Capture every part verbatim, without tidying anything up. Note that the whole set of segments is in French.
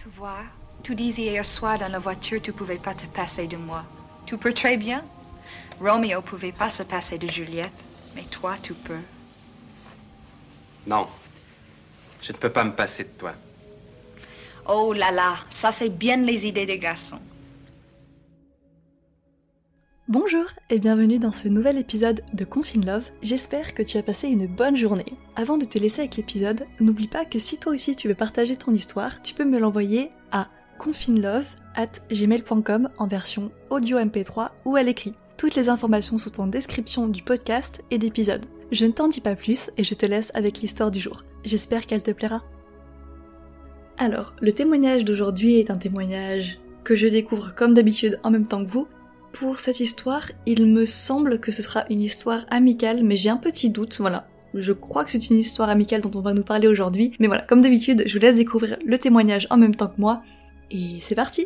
Tu vois, tu disais hier soir dans la voiture, tu pouvais pas te passer de moi. Tu peux très bien. Roméo pouvait pas se passer de Juliette, mais toi, tu peux. Non, je ne peux pas me passer de toi. Oh là là, ça c'est bien les idées des garçons. Bonjour et bienvenue dans ce nouvel épisode de Confine Love, j'espère que tu as passé une bonne journée. Avant de te laisser avec l'épisode, n'oublie pas que si toi aussi tu veux partager ton histoire, tu peux me l'envoyer à confinelove arobase gmail point com en version audio M P trois ou à l'écrit. Toutes les informations sont en description du podcast et d'épisode. Je ne t'en dis pas plus et je te laisse avec l'histoire du jour. J'espère qu'elle te plaira. Alors, le témoignage d'aujourd'hui est un témoignage que je découvre comme d'habitude en même temps que vous. Pour cette histoire, il me semble que ce sera une histoire amicale, mais j'ai un petit doute, voilà. Je crois que c'est une histoire amicale dont on va nous parler aujourd'hui, mais voilà, comme d'habitude, je vous laisse découvrir le témoignage en même temps que moi, et c'est parti!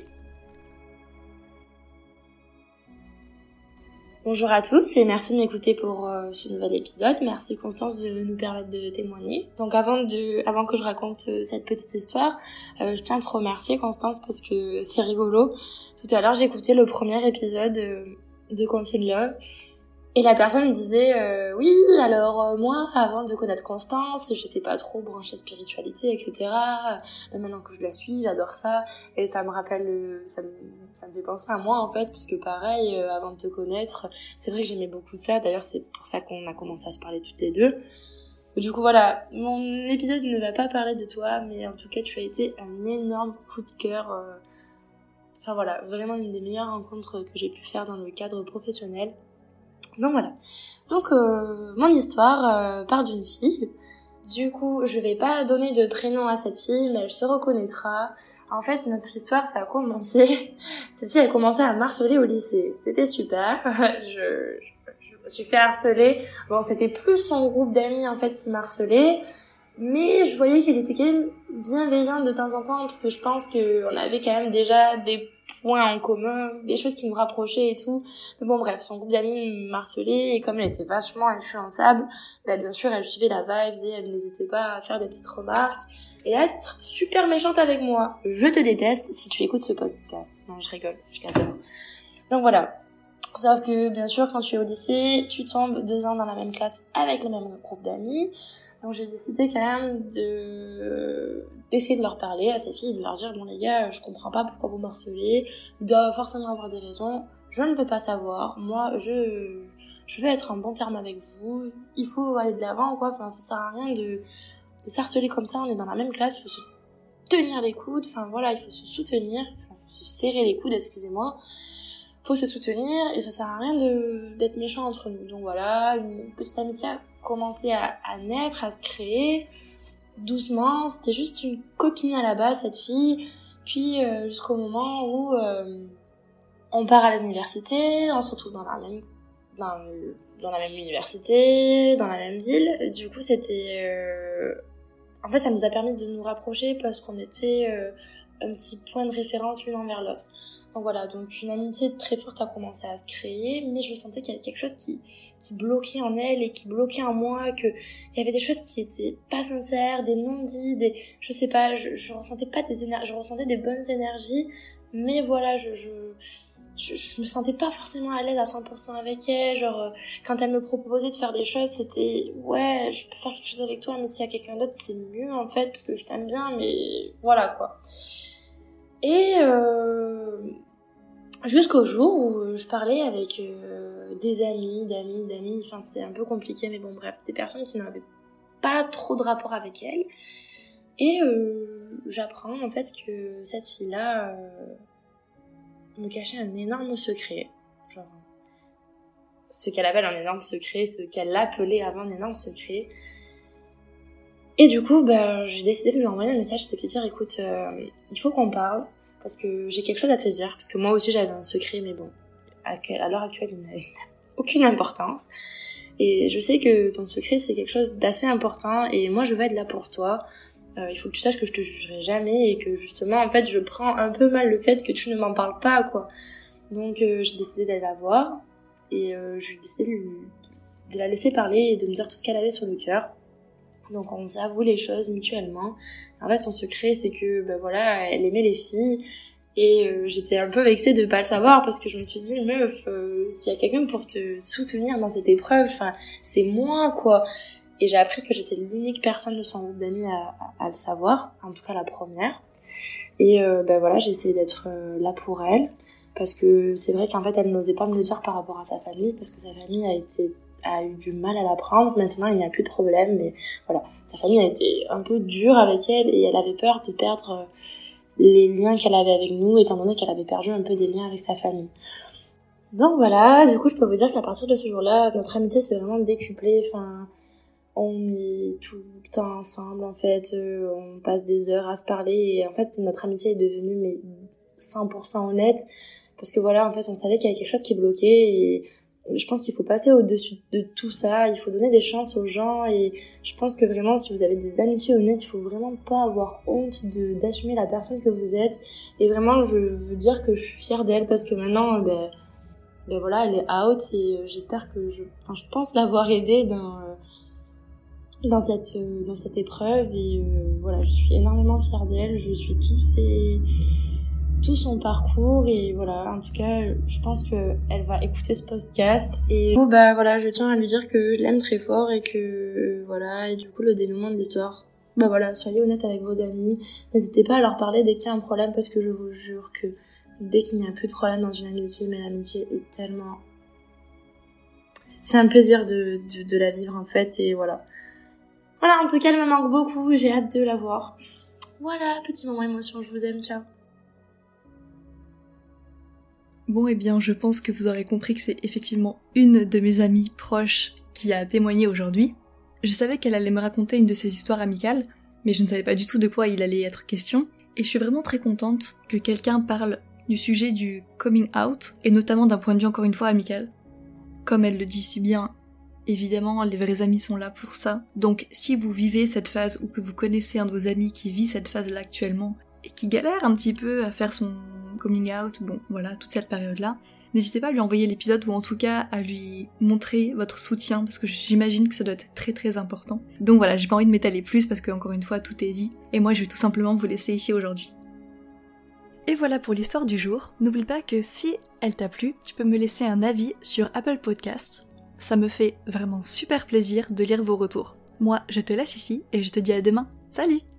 Bonjour à tous et merci de m'écouter pour euh, ce nouvel épisode. Merci Constance de nous permettre de témoigner. Donc avant de, avant que je raconte euh, cette petite histoire, euh, je tiens à te remercier Constance parce que c'est rigolo. Tout à l'heure j'ai écouté le premier épisode euh, de Confine Love et la personne me disait euh, oui alors euh, moi avant de connaître Constance j'étais pas trop branchée spiritualité etc. Mais maintenant que je la suis j'adore ça et ça me rappelle euh, ça me ça me fait penser à moi en fait puisque pareil euh, avant de te connaître c'est vrai que j'aimais beaucoup ça, d'ailleurs c'est pour ça qu'on a commencé à se parler toutes les deux. Du coup voilà, mon épisode ne va pas parler de toi mais en tout cas tu as été un énorme coup de cœur euh... enfin voilà, vraiment une des meilleures rencontres que j'ai pu faire dans le cadre professionnel. Donc voilà. Donc euh, mon histoire euh, parle d'une fille. Du coup, je vais pas donner de prénom à cette fille, mais elle se reconnaîtra. En fait, notre histoire, ça a commencé... Cette fille a commencé à m'harceler au lycée. C'était super. je, je, je me suis fait harceler. Bon, c'était plus son groupe d'amis, en fait, qui m'harcelait. Mais je voyais qu'elle était quand même bienveillante de temps en temps, parce que je pense qu'on avait quand même déjà des points en commun, des choses qui nous rapprochaient et tout. Mais bon bref, son groupe d'amis m'harcelait et comme elle était vachement influençable, bah bien sûr elle suivait la vibe et elle n'hésitait pas à faire des petites remarques et à être super méchante avec moi. Je te déteste si tu écoutes ce podcast. Non, je rigole, je l'adore. Donc voilà. Sauf que bien sûr quand tu es au lycée, tu tombes deux ans dans la même classe avec le même groupe d'amis. Donc j'ai décidé quand même de d'essayer de leur parler à ces filles, de leur dire bon les gars, je comprends pas pourquoi vous m'harcelez, il doit forcément avoir des raisons, je ne veux pas savoir, moi je je veux être en bon terme avec vous, il faut aller de l'avant quoi, enfin ça sert à rien de de s'harceler comme ça, on est dans la même classe, il faut se tenir les coudes, enfin voilà, il faut se soutenir, enfin faut se serrer les coudes, excusez-moi. Faut se soutenir et ça sert à rien de d'être méchant entre nous. Donc voilà, une petite amitié a commencé à, à naître, à se créer doucement. C'était juste une copine à la base cette fille. Puis euh, jusqu'au moment où euh, on part à l'université, on se retrouve dans la même dans, dans la même université, dans la même ville. Du coup c'était euh... en fait ça nous a permis de nous rapprocher parce qu'on était euh, un petit point de référence l'une envers l'autre. Donc voilà, donc une amitié très forte a commencé à se créer, mais je sentais qu'il y avait quelque chose qui, qui bloquait en elle et qui bloquait en moi, que il y avait des choses qui étaient pas sincères, des non-dits, des, je sais pas, je, je ressentais pas des énergies, je ressentais des bonnes énergies, mais voilà, je, je, je, je me sentais pas forcément à l'aise à cent pour cent avec elle, genre, quand elle me proposait de faire des choses, c'était, ouais, je peux faire quelque chose avec toi, mais s'il y a quelqu'un d'autre, c'est mieux, en fait, parce que je t'aime bien, mais voilà, quoi. Et euh, jusqu'au jour où je parlais avec euh, des amis, d'amis, d'amis, enfin c'est un peu compliqué mais bon bref, des personnes qui n'avaient pas trop de rapport avec elle. Et euh, j'apprends en fait que cette fille-là euh, me cachait un énorme secret. Genre, ce qu'elle appelle un énorme secret, ce qu'elle appelait avant un énorme secret. Et du coup, bah, j'ai décidé de lui envoyer un message et de lui dire, écoute, euh, il faut qu'on parle, parce que j'ai quelque chose à te dire, parce que moi aussi j'avais un secret, mais bon, à, à l'heure actuelle, il n'a aucune importance. Et je sais que ton secret, c'est quelque chose d'assez important, et moi je veux être là pour toi. Euh, il faut que tu saches que je te jugerai jamais, et que justement, en fait, je prends un peu mal le fait que tu ne m'en parles pas, quoi. Donc euh, j'ai décidé d'aller la voir, et euh, j'ai décidé de, lui, de la laisser parler, et de me dire tout ce qu'elle avait sur le cœur. Donc on s'avoue les choses mutuellement. En fait son secret c'est que ben voilà, elle aimait les filles et euh, j'étais un peu vexée de pas le savoir parce que je me suis dit meuf, euh, s'il y a quelqu'un pour te soutenir dans cette épreuve, enfin c'est moi quoi. Et j'ai appris que j'étais l'unique personne de son groupe d'amis à, à, à le savoir, en tout cas la première. Et euh, ben voilà, j'ai essayé d'être euh, là pour elle parce que c'est vrai qu'en fait elle n'osait pas me le dire par rapport à sa famille parce que sa famille a été a eu du mal à l'apprendre. Maintenant il n'y a plus de problème, mais voilà, sa famille a été un peu dure avec elle et elle avait peur de perdre les liens qu'elle avait avec nous étant donné qu'elle avait perdu un peu des liens avec sa famille. Donc voilà, du coup je peux vous dire qu'à partir de ce jour-là notre amitié s'est vraiment décuplée. Enfin, on est tout le temps ensemble en fait, euh, on passe des heures à se parler et en fait notre amitié est devenue mais cent pour cent honnête parce que voilà, en fait on savait qu'il y avait quelque chose qui bloquait et je pense qu'il faut passer au-dessus de tout ça, il faut donner des chances aux gens et je pense que vraiment si vous avez des amitiés honnêtes, il faut vraiment pas avoir honte de d'assumer la personne que vous êtes et vraiment je veux dire que je suis fière d'elle parce que maintenant ben, ben voilà, elle est out et j'espère que je enfin je pense l'avoir aidée dans dans cette dans cette épreuve et euh, voilà, je suis énormément fière d'elle, je suis tous ses tout son parcours et voilà, en tout cas je pense que elle va écouter ce podcast et du coup bah voilà, je tiens à lui dire que je l'aime très fort et que euh, voilà, et du coup le dénouement de l'histoire, bah voilà, soyez honnête avec vos amis, n'hésitez pas à leur parler dès qu'il y a un problème parce que je vous jure que dès qu'il n'y a plus de problème dans une amitié, mais l'amitié est tellement, c'est un plaisir de, de, de la vivre en fait et voilà. Voilà, en tout cas elle me manque beaucoup, j'ai hâte de la voir. Voilà, petit moment émotion, je vous aime, ciao. Bon, eh bien, je pense que vous aurez compris que c'est effectivement une de mes amies proches qui a témoigné aujourd'hui. Je savais qu'elle allait me raconter une de ses histoires amicales, mais je ne savais pas du tout de quoi il allait être question, et je suis vraiment très contente que quelqu'un parle du sujet du coming out, et notamment d'un point de vue encore une fois amical. Comme elle le dit si bien, évidemment, les vrais amis sont là pour ça, donc si vous vivez cette phase ou que vous connaissez un de vos amis qui vit cette phase-là actuellement, et qui galère un petit peu à faire son coming out, bon voilà, toute cette période-là, n'hésitez pas à lui envoyer l'épisode ou en tout cas à lui montrer votre soutien parce que j'imagine que ça doit être très très important. Donc voilà, j'ai pas envie de m'étaler plus parce que encore une fois tout est dit et moi je vais tout simplement vous laisser ici aujourd'hui. Et voilà pour l'histoire du jour. N'oublie pas que si elle t'a plu, tu peux me laisser un avis sur Apple Podcasts. Ça me fait vraiment super plaisir de lire vos retours. Moi, je te laisse ici et je te dis à demain. Salut!